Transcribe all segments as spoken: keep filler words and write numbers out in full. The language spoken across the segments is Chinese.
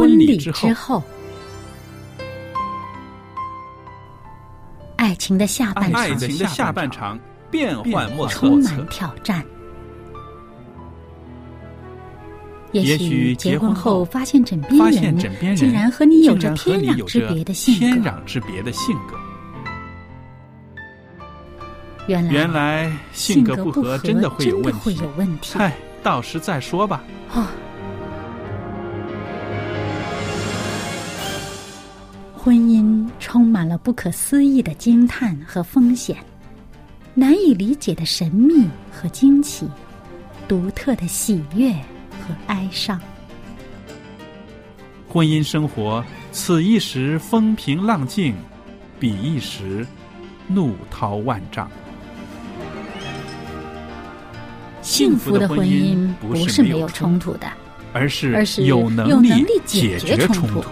婚礼之后。爱情的下半场， 爱情的下半场变幻莫测， 充满挑战。也许结婚后发现枕边人竟然和你有着天壤之别的性格。 天壤之别的性格。 原来， 原来性格不合真的会有问题。 会有问题。 嗨，到时再说吧。 哦。婚姻充满了不可思议的惊叹和风险，难以理解的神秘和惊奇，独特的喜悦和哀伤。 婚姻生活，此一时风平浪静，彼一时怒涛万丈。 幸福的婚姻不是没有冲突的， 而是而是有能力解决冲突。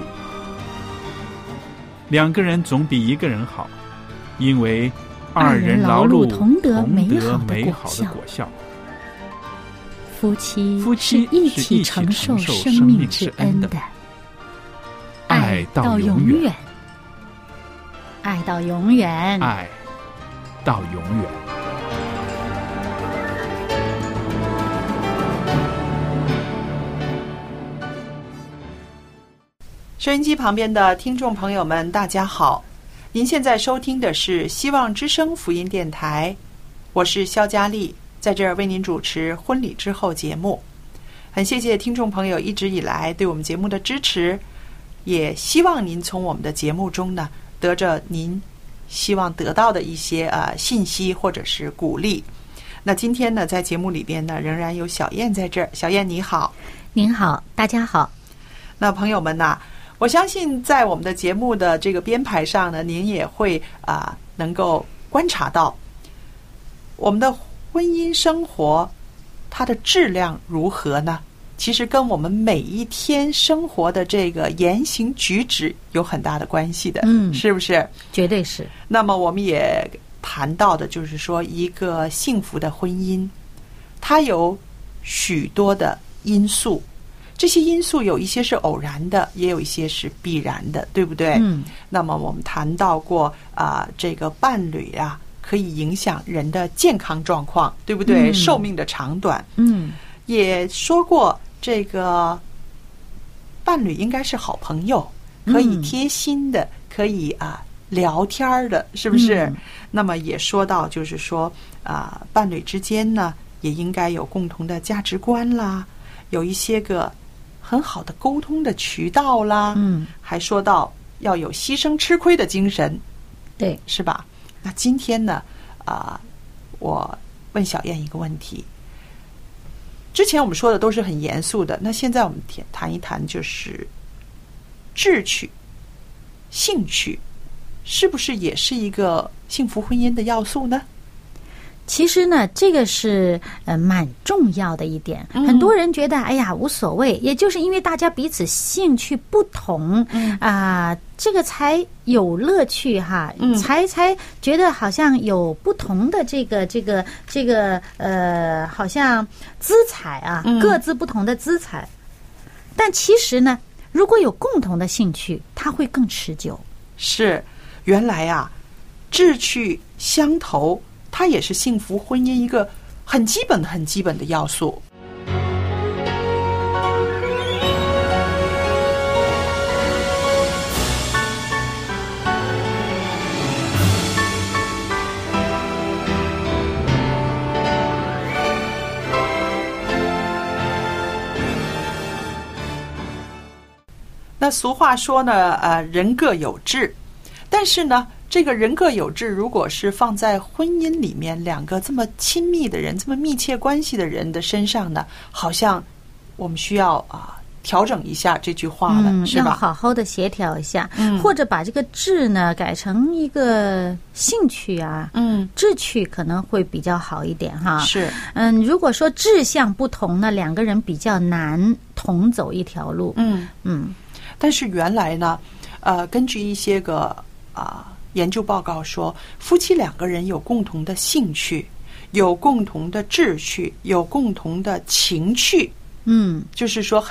两个人总比一个人好，因为二人劳碌同得美好的果效。 夫妻夫妻是一起承受生命之恩的， 爱到永远， 爱到永远， 爱到永远。 收音机旁边的听众朋友们，大家好！您现在收听的是希望之声福音电台，我是肖佳丽，在这儿为您主持婚礼之后节目。很谢谢听众朋友一直以来对我们节目的支持，也希望您从我们的节目中呢，得着您希望得到的一些呃信息或者是鼓励。那今天呢，在节目里边呢，仍然有小燕在这儿。小燕你好。 您好，大家好。 那朋友们呢，我相信在我们的节目的这个编排上呢，您也会啊、呃、能够观察到我们的婚姻生活它的质量如何呢？其实跟我们每一天生活的这个言行举止有很大的关系的， 嗯， 是不是？ 绝对是。 那么我们也谈到的就是说，一个幸福的婚姻，它有许多的因素。这些因素有一些是偶然的，也有一些是必然的，对不对？ 嗯。 那么我们谈到过啊、呃，这个伴侣啊，可以影响人的健康状况，对不对？嗯、寿命的长短。 嗯。 也说过，这个伴侣应该是好朋友，可以贴心的，嗯、可以啊聊天的，是不是？嗯、那么也说到，就是说啊、呃，伴侣之间呢，也应该有共同的价值观啦，有一些个很好的沟通的渠道啦， 嗯， 还说到要有牺牲吃亏的精神， 对， 是吧？那今天呢，啊、呃，我问小燕一个问题。之前我们说的都是很严肃的，那现在我们谈一谈，就是志趣、兴趣，是不是也是一个幸福婚姻的要素呢？ 其实呢，这个是呃蛮重要的一点。嗯、很多人觉得，哎呀，无所谓，也就是因为大家彼此兴趣不同，啊、嗯呃，这个才有乐趣哈，嗯、才才觉得好像有不同的这个这个这个呃，好像姿彩啊，嗯、各自不同的姿彩。但其实呢，如果有共同的兴趣，它会更持久。 是，原来啊，志趣相投。它也是幸福婚姻一个很基本的、很基本的要素。那俗话说呢，呃，人各有志，但是呢，这个人各有志，如果是放在婚姻里面，两个这么亲密的人、这么密切关系的人的身上呢，好像我们需要啊、呃、调整一下这句话了， 嗯、 是吧？ 要好好的协调一下， 嗯、 或者把这个志呢改成一个兴趣啊， 嗯， 志趣可能会比较好一点哈。 是， 嗯，如果说志向不同呢，两个人比较难同走一条路。 嗯嗯， 但是原来呢，呃，根据一些个啊。呃研究报告说，夫妻两个人有共同的兴趣，有共同的志趣，有共同的情趣， 嗯， 就是说很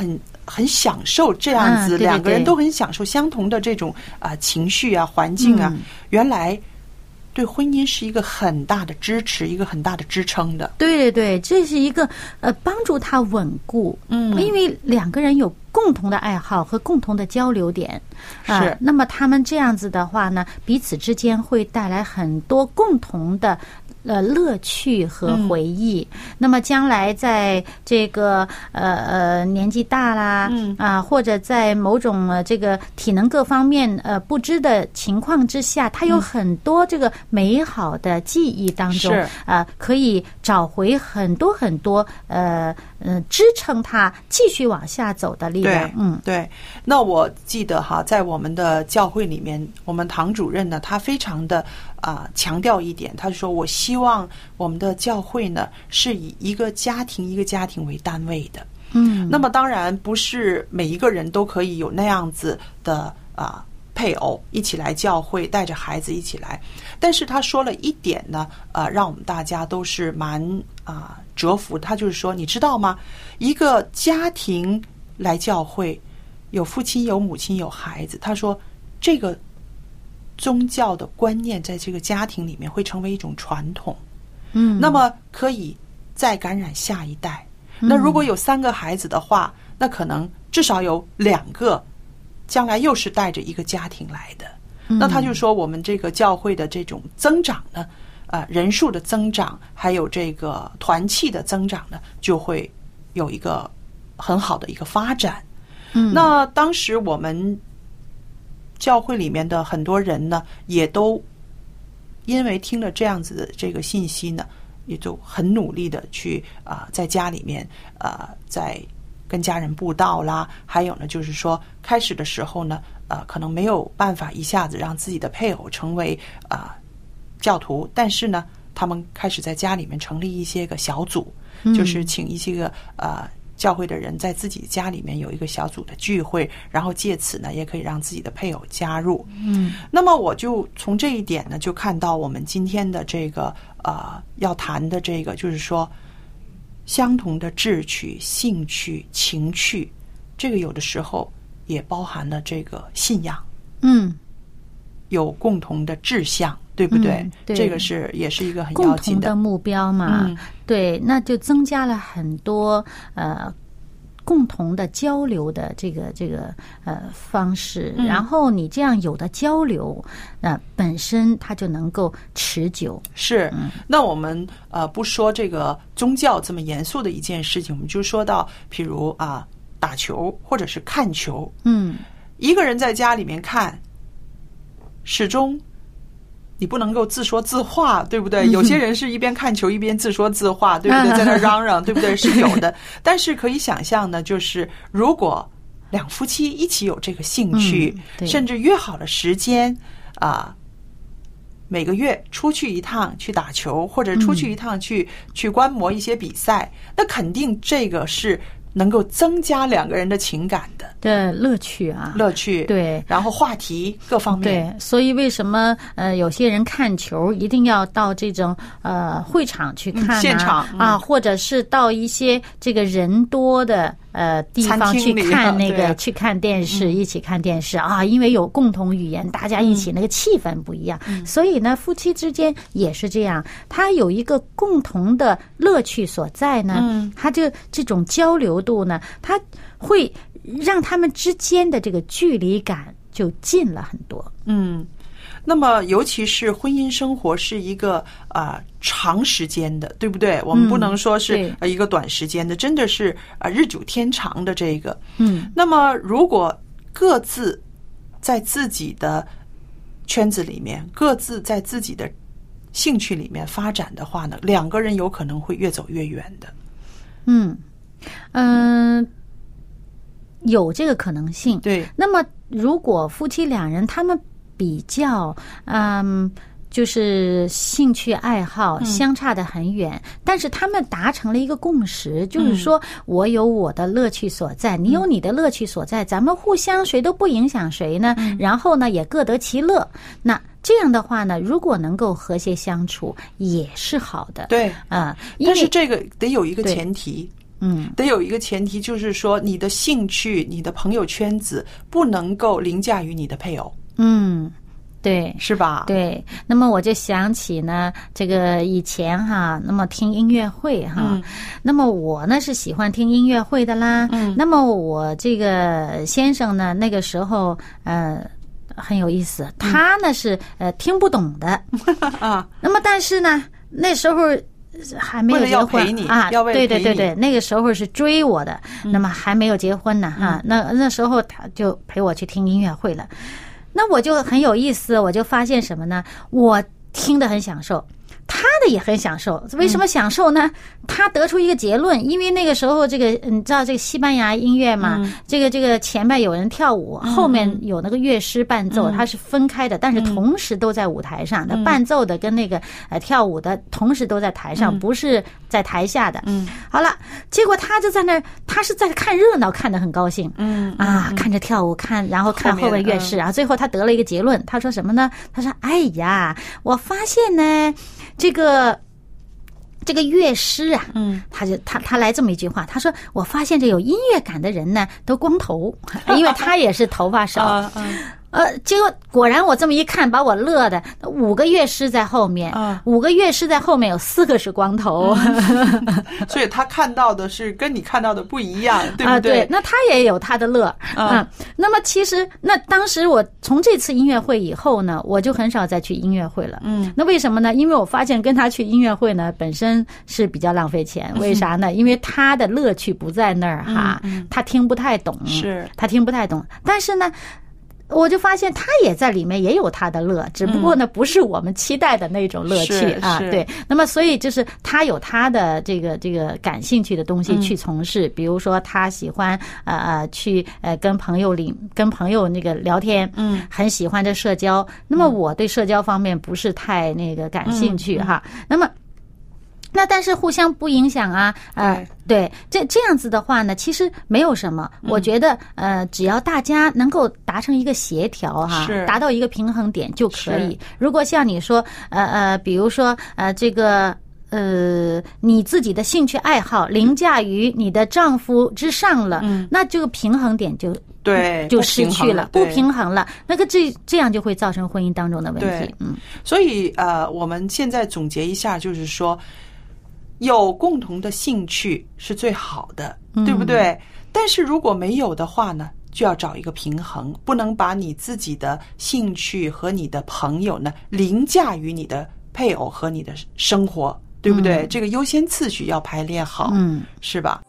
很享受这样子， 啊、对对对两个人都很享受相同的这种啊、呃、情绪啊、环境啊、嗯，原来对婚姻是一个很大的支持，一个很大的支撑的。 对对对，这是一个呃帮助他稳固，嗯，因为两个人有共同的爱好和共同的交流点，啊、呃，那么他们这样子的话呢，彼此之间会带来很多共同的。呃，乐趣和回忆。嗯、那么将来在这个呃呃年纪大啦，嗯啊，或者在某种呃这个体能各方面呃不知的情况之下，他有很多这个美好的记忆当中，啊、呃，可以找回很多很多呃呃支撑他继续往下走的力量。嗯， 对。那我记得哈，在我们的教会里面，我们堂主任呢，他非常的。啊、呃，强调一点，他说：“我希望我们的教会呢是以一个家庭一个家庭为单位的。”嗯，那么当然不是每一个人都可以有那样子的啊、呃、配偶一起来教会，带着孩子一起来。但是他说了一点呢，呃，让我们大家都是蛮啊、呃、折服。他就是说，你知道吗？一个家庭来教会，有父亲、有母亲、有孩子。他说这个。宗教的观念在这个家庭里面会成为一种传统，嗯，那么可以再感染下一代。那如果有三个孩子的话，那可能至少有两个将来又是带着一个家庭来的。那他就说，我们这个教会的这种增长呢，呃，人数的增长，还有这个团契的增长呢，就会有一个很好的一个发展。嗯，那当时我们。教会里面的很多人呢，也都因为听了这样子的这个信息呢，也就很努力的去啊、呃，在家里面啊、呃，在跟家人布道啦，还有呢，就是说开始的时候呢，呃，可能没有办法一下子让自己的配偶成为啊、呃、教徒，但是呢，他们开始在家里面成立一些个小组，就是请一些个啊。呃教会的人在自己家里面有一个小组的聚会，然后借此呢，也可以让自己的配偶加入。嗯，那么我就从这一点呢，就看到我们今天的这个呃要谈的这个，就是说相同的志趣、兴趣、情趣，这个有的时候也包含了这个信仰。嗯，有共同的志向。对不对？嗯、对，这个是也是一个很要紧的共同的目标嘛。嗯、对，那就增加了很多呃共同的交流的这个这个呃方式。嗯、然后你这样有的交流，那、呃、本身它就能够持久。 是，嗯、那我们呃不说这个宗教这么严肃的一件事情，我们就说到，譬如啊、呃、打球或者是看球。嗯，一个人在家里面看，始终。你不能够自说自话，对不对？有些人是一边看球一边自说自话，对不对？在那嚷嚷，对不对？是有的。但是可以想象呢，就是如果两夫妻一起有这个兴趣，嗯、甚至约好了时间啊、呃，每个月出去一趟去打球，或者出去一趟去、嗯、去观摩一些比赛，那肯定这个是能够增加两个人的情感的。 的乐趣啊， 乐趣对， 然后话题各方面对，所以为什么呃有些人看球一定要到这种呃会场去看、啊嗯、 现场、嗯、 啊，或者是到一些这个人多的呃地方去看那个去看电视、嗯，一起看电视啊，因为有共同语言，大家一起那个气氛不一样，嗯、所以呢，夫妻之间也是这样，他有一个共同的乐趣所在呢，嗯，他就这种交流度呢，他会。让他们之间的这个距离感就近了很多。 嗯，那么尤其是婚姻生活是一个啊、呃、长时间的，对不对？我们不能说是一个短时间的，嗯、真的是啊、呃、日久天长的这个。嗯，那么如果各自在自己的圈子里面，各自在自己的兴趣里面发展的话呢，两个人有可能会越走越远的。 嗯嗯。呃有这个可能性， 对。 那么，如果夫妻两人他们比较，嗯，就是兴趣爱好相差得很远，嗯、但是他们达成了一个共识，就是说我有我的乐趣所在，嗯、你有你的乐趣所在，咱们互相谁都不影响谁呢？嗯、然后呢，也各得其乐。那这样的话呢，如果能够和谐相处，也是好的。 对啊、呃， 但是这个得有一个前提。 嗯， 得有一个前提，就是说你的兴趣、你的朋友圈子不能够凌驾于你的配偶。 嗯。对， 是吧？ 对，那么我就想起呢，这个以前哈，那么听音乐会哈， 嗯、 那么我呢是喜欢听音乐会的啦。 嗯， 那么我这个先生呢，那个时候呃很有意思，他呢是呃听不懂的啊。 那么但是呢，那时候还没有结婚啊，对对对对，那个时候是追我的， 嗯、 那么还没有结婚呢哈，嗯、那那时候他就陪我去听音乐会了。那我就很有意思，我就发现什么呢？我听得很享受，他的也很享受。为什么享受呢？他得出一个结论，因为那个时候这个你知道这个西班牙音乐嘛，嗯、这个这个前面有人跳舞，后面有那个乐师伴奏，嗯、它是分开的，但是同时都在舞台上。那、嗯、伴奏的跟那个呃跳舞的同时都在台上，嗯、不是在台下的。嗯，好了，结果他就在那儿，他是在看热闹，看得很高兴。嗯啊，看着跳舞，看然后看后面乐师，然后最后他得了一个结论，他说什么呢？他说：“哎呀，我发现呢，这个。”这个乐师啊，嗯，他就他他来这么一句话，他说：“我发现这有音乐感的人呢，都光头，因为他也是头发少。啊啊”呃，结果果然我这么一看，把我乐的。五个乐师在后面，啊、五个乐师在后面有四个是光头， 嗯、所以他看到的是跟你看到的不一样，对不对？ 啊，对，那他也有他的乐啊、嗯。那么其实，那当时我从这次音乐会以后呢，我就很少再去音乐会了。嗯，那为什么呢？因为我发现跟他去音乐会呢，本身是比较浪费钱。为啥呢？因为他的乐趣不在那儿哈，嗯嗯、他听不太懂， 是他听不太懂，但是呢。我就发现他也在里面也有他的乐，只不过呢不是我们期待的那种乐趣啊。对，那么所以就是他有他的这个这个感兴趣的东西去从事，比如说他喜欢呃呃去呃跟朋友里跟朋友那个聊天，嗯，很喜欢这社交。那么我对社交方面不是太那个感兴趣哈。那么。那但是互相不影响啊，呃，对，这这样子的话呢，其实没有什么。我觉得，呃，只要大家能够达成一个协调哈，达到一个平衡点就可以。如果像你说，呃呃，比如说，呃，这个。呃，你自己的兴趣爱好凌驾于你的丈夫之上了，嗯、那这个平衡点就对就失去了，不平衡了。那个这这样就会造成婚姻当中的问题。嗯， 所以呃，我们现在总结一下，就是说。有共同的兴趣是最好的，对不对？嗯、但是如果没有的话呢，就要找一个平衡，不能把你自己的兴趣和你的朋友呢凌驾于你的配偶和你的生活，对不对？嗯、这个优先次序要排列好，嗯，是吧？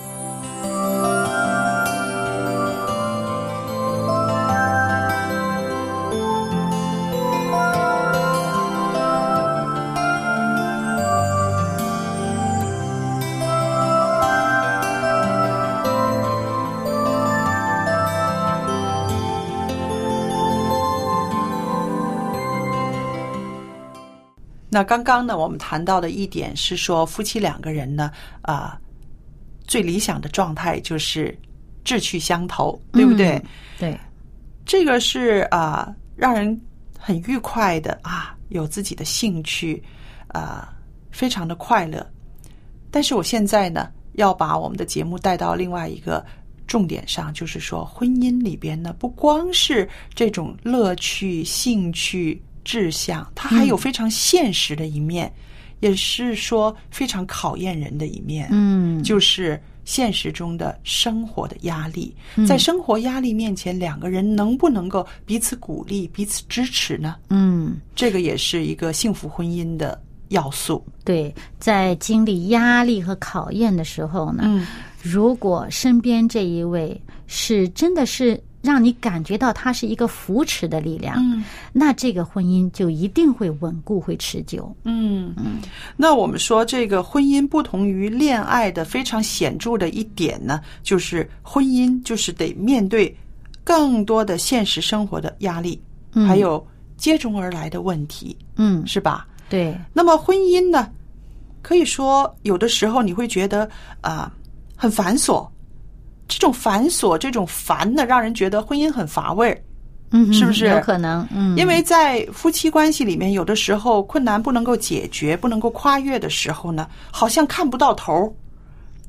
那刚刚呢，我们谈到的一点是说，夫妻两个人呢，啊、呃，最理想的状态就是志趣相投，对不对？ 嗯、对， 这个是啊、呃，让人很愉快的啊，有自己的兴趣，啊、呃，非常的快乐。但是我现在呢，要把我们的节目带到另外一个重点上，就是说，婚姻里边呢，不光是这种乐趣、兴趣。志向，它还有非常现实的一面，嗯、也是说非常考验人的一面。嗯，就是现实中的生活的压力，嗯、在生活压力面前，两个人能不能够彼此鼓励、彼此支持呢？嗯，这个也是一个幸福婚姻的要素。 对，在经历压力和考验的时候呢，嗯、如果身边这一位是真的是。让你感觉到它是一个扶持的力量，嗯，那这个婚姻就一定会稳固，会持久。 嗯嗯，那我们说这个婚姻不同于恋爱的非常显著的一点呢，就是婚姻就是得面对更多的现实生活的压力，嗯、还有接踵而来的问题，嗯，是吧？ 对。 那么婚姻呢，可以说有的时候你会觉得啊、呃、很繁琐。这种繁琐，这种烦呢，让人觉得婚姻很乏味， 嗯， 是不是？ 有可能，嗯， 因为在夫妻关系里面，有的时候困难不能够解决、不能够跨越的时候呢，好像看不到头，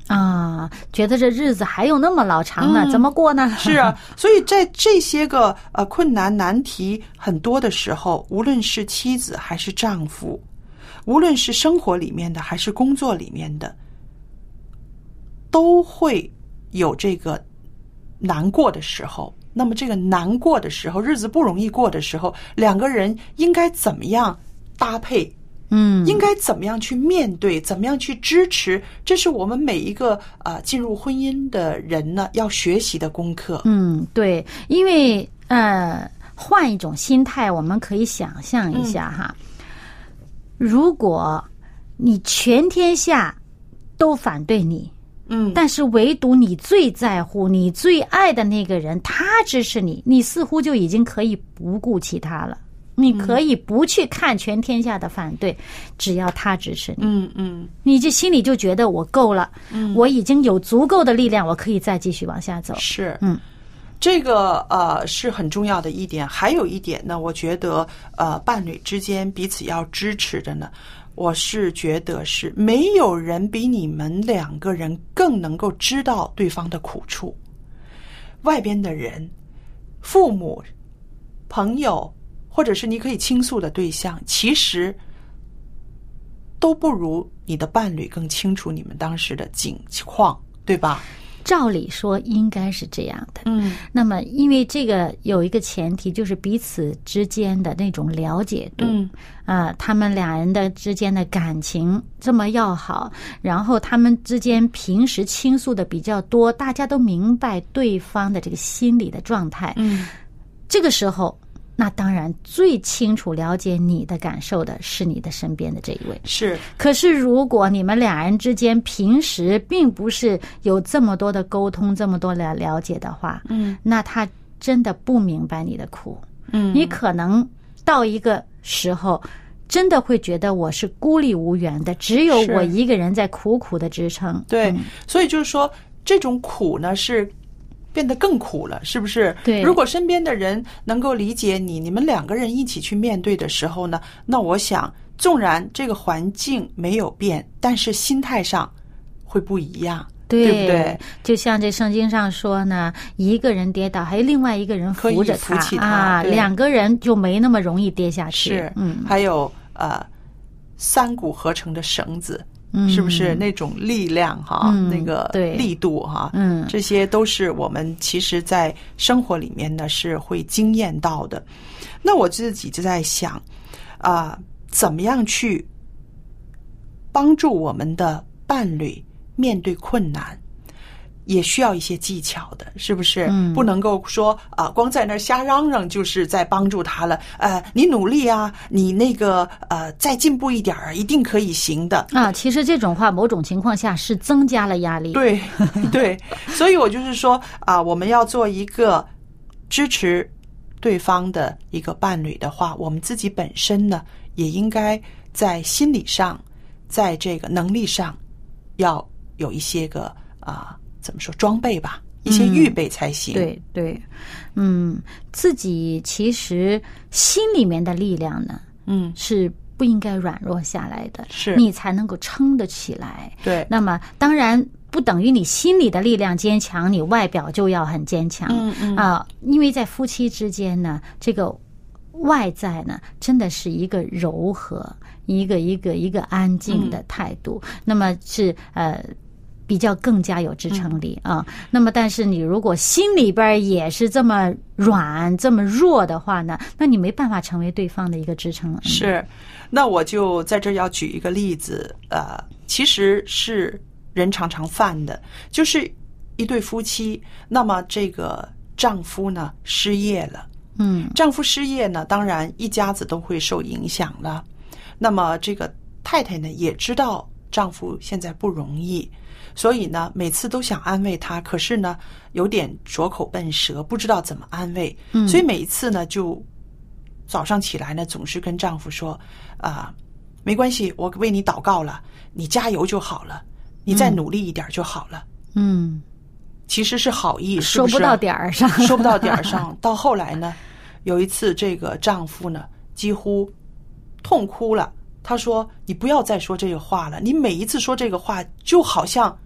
啊，觉得这日子还有那么老长呢， 嗯、 怎么过呢？ 是啊，所以在这些个呃困难难题很多的时候，无论是妻子还是丈夫，无论是生活里面的还是工作里面的，都会有这个难过的时候。那么这个难过的时候，日子不容易过的时候，两个人应该怎么样搭配？ 嗯， 应该怎么样去面对，怎么样去支持，这是我们每一个呃进入婚姻的人呢要学习的功课。 嗯，对，因为呃换一种心态，我们可以想象一下哈，嗯、如果你全天下都反对你， 嗯， 但是唯独你最在乎、你最爱的那个人，他支持你，你似乎就已经可以不顾其他了。你可以不去看全天下的反对，只要他支持你， 嗯嗯， 你这心里就觉得我够了，嗯，我已经有足够的力量，我可以再继续往下走。 是， 嗯， 这个呃是很重要的一点。还有一点呢，我觉得呃伴侣之间彼此要支持的呢，我是觉得是没有人比你们两个人更能够知道对方的苦处。外边的人，父母、朋友，或者是你可以倾诉的对象，其实都不如你的伴侣更清楚你们当时的境况，对吧？ 照理说应该是这样的。 嗯， 那么因为这个有一个前提，就是彼此之间的那种了解度， 嗯， 呃，他们俩人的之间的感情这么要好，然后他们之间平时倾诉的比较多，大家都明白对方的这个心理的状态。 嗯， 这个时候，那当然最清楚了解你的感受的是你的身边的这一位。 是， 可是如果你们俩人之间平时并不是有这么多的沟通，这么多的了解的话， 嗯， 那他真的不明白你的苦。 嗯， 你可能到一个时候真的会觉得我是孤立无援的，只有我一个人在苦苦的支撑。 对， 嗯， 所以就是说这种苦呢是变得更苦了，是不是？ 对。 如果身边的人能够理解你，你们两个人一起去面对的时候呢，那我想纵然这个环境没有变，但是心态上会不一样。 对， 对不对？ 就像这圣经上说呢，一个人跌倒，还有另外一个人扶着他， 可以扶起他啊，两个人就没那么容易跌下去。 是， 嗯， 还有呃，三股合成的绳子， 嗯， 是不是那种力量哈？ 嗯， 那个力度哈， 嗯， 这些都是我们其实在生活里面呢是会经验到的。那我自己就在想啊，呃，怎么样去帮助我们的伴侣面对困难，也需要一些技巧的，是不是？ 嗯， 不能够说啊，光在那儿瞎嚷嚷就是在帮助他了。呃，你努力啊，你那个呃再进步一点儿，一定可以行的啊。其实这种话，某种情况下是增加了压力。 对对，所以我就是说啊，我们要做一个支持对方的一个伴侣的话，我们自己本身呢，也应该在心理上，在这个能力上，要有一些个啊。怎么说装备吧，一些预备才行。 嗯，对对，嗯，自己其实心里面的力量呢， 嗯， 是不应该软弱下来的， 是你才能够撑得起来。 对， 那么当然不等于你心里的力量坚强，你外表就要很坚强。 嗯嗯啊，因为在夫妻之间呢，这个外在呢，真的是一个柔和，一个一个一个安静的态度。嗯，那么是呃。比较更加有支撑力啊，嗯，那么但是你如果心里边也是这么软这么弱的话呢，那你没办法成为对方的一个支撑。 是，那我就在这要举一个例子，呃，其实是人常常犯的，就是一对夫妻，那么这个丈夫呢失业了， 嗯， 丈夫失业呢，当然一家子都会受影响了。那么这个太太呢也知道丈夫现在不容易。所以呢，每次都想安慰他，可是呢，有点拙口笨舌，不知道怎么安慰。 嗯， 所以每一次呢，就早上起来呢，总是跟丈夫说：“啊，没关系，我为你祷告了，你加油就好了，你再努力一点就好了。” 嗯， 其实是好意，是说不是？ 不到点儿上， 说不到点儿上。到后来呢，有一次这个丈夫呢，几乎痛哭了。他说：“你不要再说这个话了，你每一次说这个话，就好像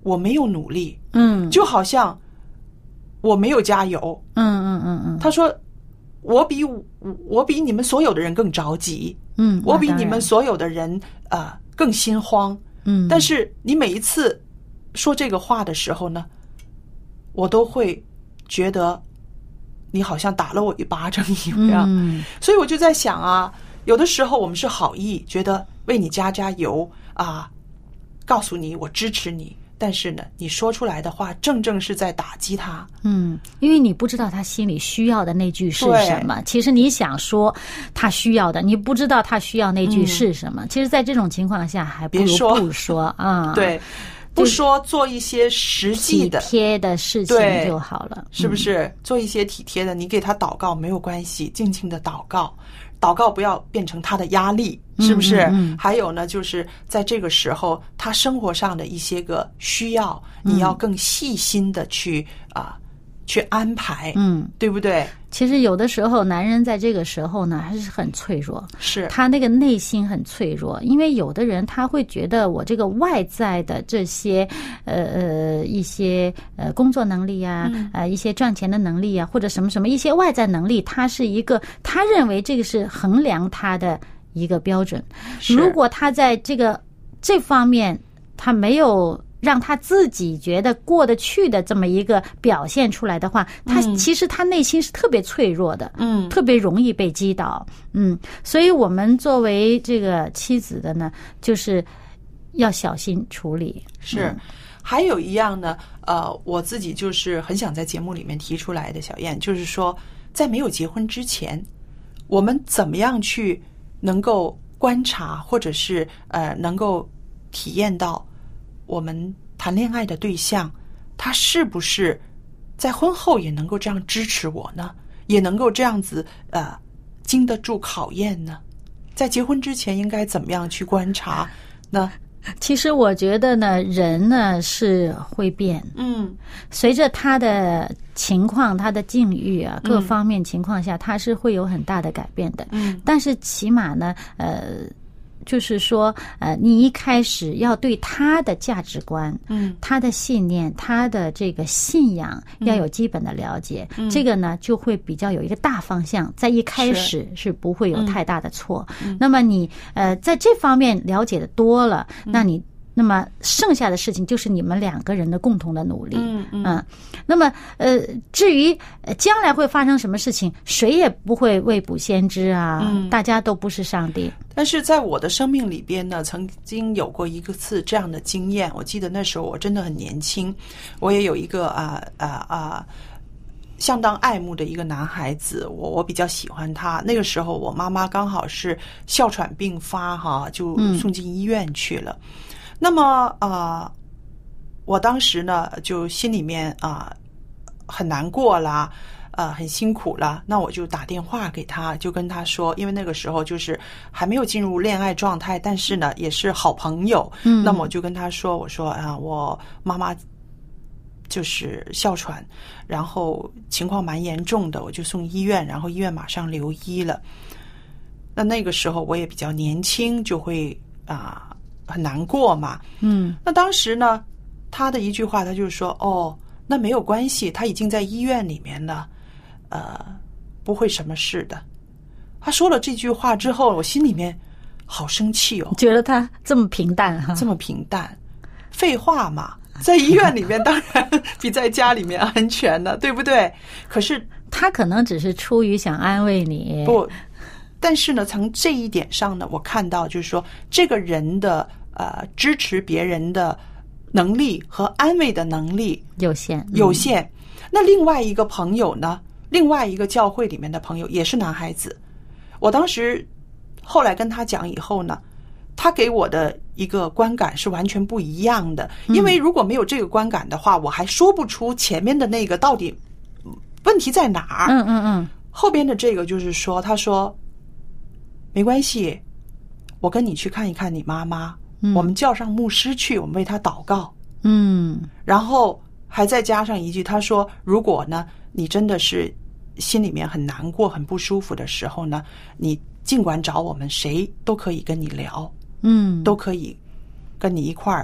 我没有努力， 嗯， 就好像我没有加油， 嗯嗯嗯嗯， 他说我比我比你们所有的人更着急， 嗯， 我比你们所有的人呃更心慌， 嗯， 但是你每一次说这个话的时候呢，我都会觉得你好像打了我一巴掌一样， 嗯， 所以我就在想啊，有的时候我们是好意，觉得为你加加油啊，告诉你我支持你，但是呢，你说出来的话正正是在打击他。 嗯，因为你不知道他心里需要的那句是什么。其实你想说他需要的，你不知道他需要那句是什么。嗯、其实，在这种情况下，还不如不说啊。 对。不说，做一些实际的体贴的事情就好了， 是不是？嗯、做一些体贴的，你给他祷告没有关系，静静的祷告，祷告不要变成他的压力，是不是？ 嗯嗯、 还有呢，就是在这个时候，他生活上的一些个需要，你要更细心的去啊、呃、去安排， 嗯， 对不对？ 其实有的时候，男人在这个时候呢，还是很脆弱， 是他那个内心很脆弱，因为有的人他会觉得我这个外在的这些呃呃一些呃工作能力啊， 嗯、 呃一些赚钱的能力啊，或者什么什么一些外在能力，他是一个他认为这个是衡量他的一个标准。如果他在这个这方面他没有让他自己觉得过得去的这么一个表现出来的话，他其实他内心是特别脆弱的， 嗯， 特别容易被击倒，嗯，所以我们作为这个妻子的呢，就是要小心处理。 是，嗯、还有一样呢，呃，我自己就是很想在节目里面提出来的，小燕，就是说，在没有结婚之前，我们怎么样去能够观察，或者是呃，能够体验到。我们谈恋爱的对象，他是不是在婚后也能够这样支持我呢？也能够这样子呃经得住考验呢？在结婚之前应该怎么样去观察呢？ 其实我觉得呢，人呢是会变， 嗯， 随着他的情况、他的境遇啊，各方面情况下，他是会有很大的改变的。 嗯， 但是起码呢，呃。就是说，呃，你一开始要对他的价值观、 嗯， 他的信念、他的这个信仰要有基本的了解， 嗯、 这个呢就会比较有一个大方向，在一开始是不会有太大的错。 嗯、 那么你呃在这方面了解的多了， 嗯、 那你。那么剩下的事情就是你们两个人的共同的努力， 嗯嗯。 嗯那么呃，至于将来会发生什么事情，谁也不会未卜先知啊， 嗯， 大家都不是上帝。 但是在我的生命里边呢，曾经有过一个次这样的经验。我记得那时候我真的很年轻，我也有一个啊啊啊。相当爱慕的一个男孩子，我我比较喜欢他。那个时候我妈妈刚好是哮喘病发哈，就送进医院去了。嗯、那么呃，我当时呢就心里面啊、呃、很难过啦，呃很辛苦啦。那我就打电话给他，就跟他说，因为那个时候就是还没有进入恋爱状态，但是呢也是好朋友。 嗯， 那么我就跟他说，我说啊，我妈妈。就是哮喘，然后情况蛮严重的，我就送医院，然后医院马上留医了。那那个时候我也比较年轻，就会啊、呃、很难过嘛。 嗯， 那当时呢，他的一句话，他就说：“哦，那没有关系，他已经在医院里面了，呃，不会什么事的。”他说了这句话之后，我心里面好生气哦， 觉得他这么平淡哈， 这么平淡，废话嘛。在医院里面当然比在家里面安全了，对不对？可是他可能只是出于想安慰你， 不，但是呢，从这一点上呢，我看到就是说，这个人的呃支持别人的能力和安慰的能力有限，嗯、 有限。那另外一个朋友呢，另外一个教会里面的朋友也是男孩子，我当时后来跟他讲以后呢。他给我的一个观感是完全不一样的，因为如果没有这个观感的话，我还说不出前面的那个到底问题在哪儿。 嗯嗯嗯。 后边的这个就是说，他说没关系，我跟你去看一看你妈妈， 嗯、 我们叫上牧师去，我们为她祷告。 嗯。 然后还再加上一句，他说，如果呢你真的是心里面很难过、很不舒服的时候呢，你尽管找我们，谁都可以跟你聊。 嗯， 都可以跟你一块儿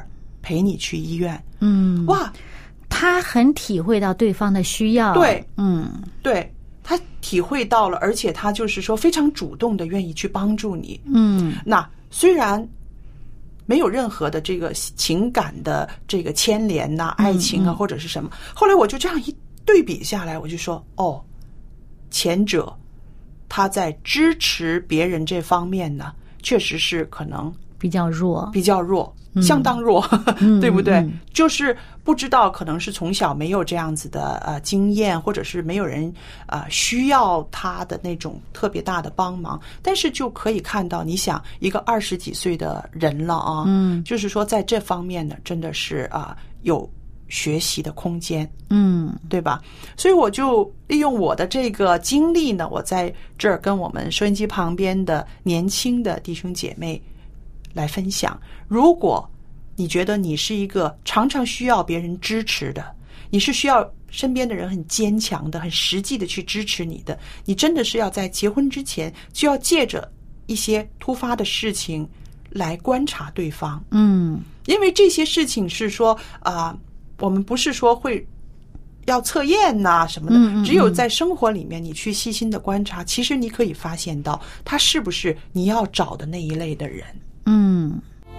陪你去医院。 嗯， 哇， 他很体会到对方的需要。 对， 嗯， 对，他体会到了，而且他就是说非常主动的愿意去帮助你。 嗯， 那虽然没有任何的这个情感的这个牵连呐、爱情啊，或者是什么。后来我就这样一对比下来，我就说，哦，前者他在支持别人这方面呢，确实是可能比较弱， 比较弱，相当弱， 嗯、 对不对？ 嗯嗯、 就是不知道，可能是从小没有这样子的呃经验，或者是没有人呃需要他的那种特别大的帮忙，但是就可以看到，你想一个二十几岁的人了啊， 嗯， 就是说在这方面呢，真的是啊、呃、有学习的空间， 嗯， 对吧？所以我就利用我的这个经历呢，我在这儿跟我们收音机旁边的年轻的弟兄姐妹来分享。如果你觉得你是一个常常需要别人支持的，你是需要身边的人很坚强的、很实际的去支持你的，你真的是要在结婚之前就要借着一些突发的事情来观察对方。 嗯， 因为这些事情是说啊、呃，我们不是说会要测验呐、啊、什么的， 嗯嗯嗯， 只有在生活里面你去细心的观察，其实你可以发现到他是不是你要找的那一类的人。 嗯。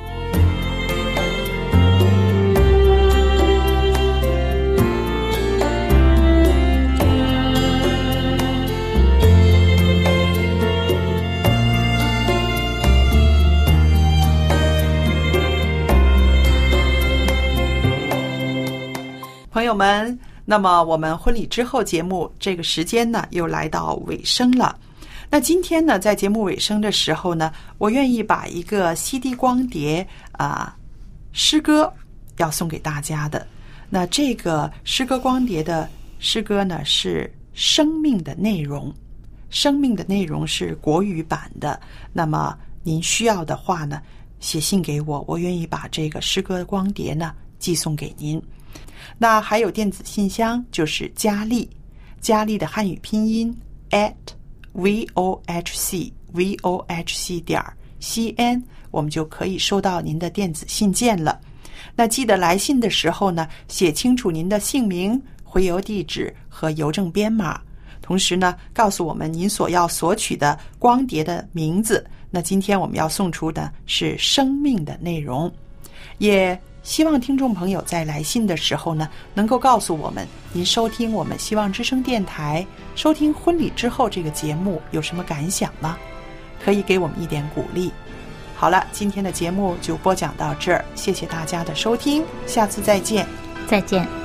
朋友们，那么我们婚礼之后节目这个时间呢又来到尾声了。那今天呢，在节目尾声的时候呢，我愿意把一个 C D 光碟啊、呃、诗歌要送给大家的。那这个诗歌光碟的诗歌呢是生命的内容，生命的内容是国语版的。那么您需要的话呢，写信给我，我愿意把这个诗歌光碟呢寄送给您。那还有电子信箱，就是佳丽，佳丽的汉语拼音 at vohc vohc 点 cn， 我们就可以收到您的电子信件了。那记得来信的时候呢，写清楚您的姓名、回邮地址和邮政编码，同时呢，告诉我们您所要索取的光碟的名字。那今天我们要送出的是生命的内容，也希望听众朋友在来信的时候呢，能够告诉我们您收听我们希望之声电台、收听婚礼之后这个节目有什么感想吗？可以给我们一点鼓励。好了，今天的节目就播讲到这儿，谢谢大家的收听，下次再见。 再见。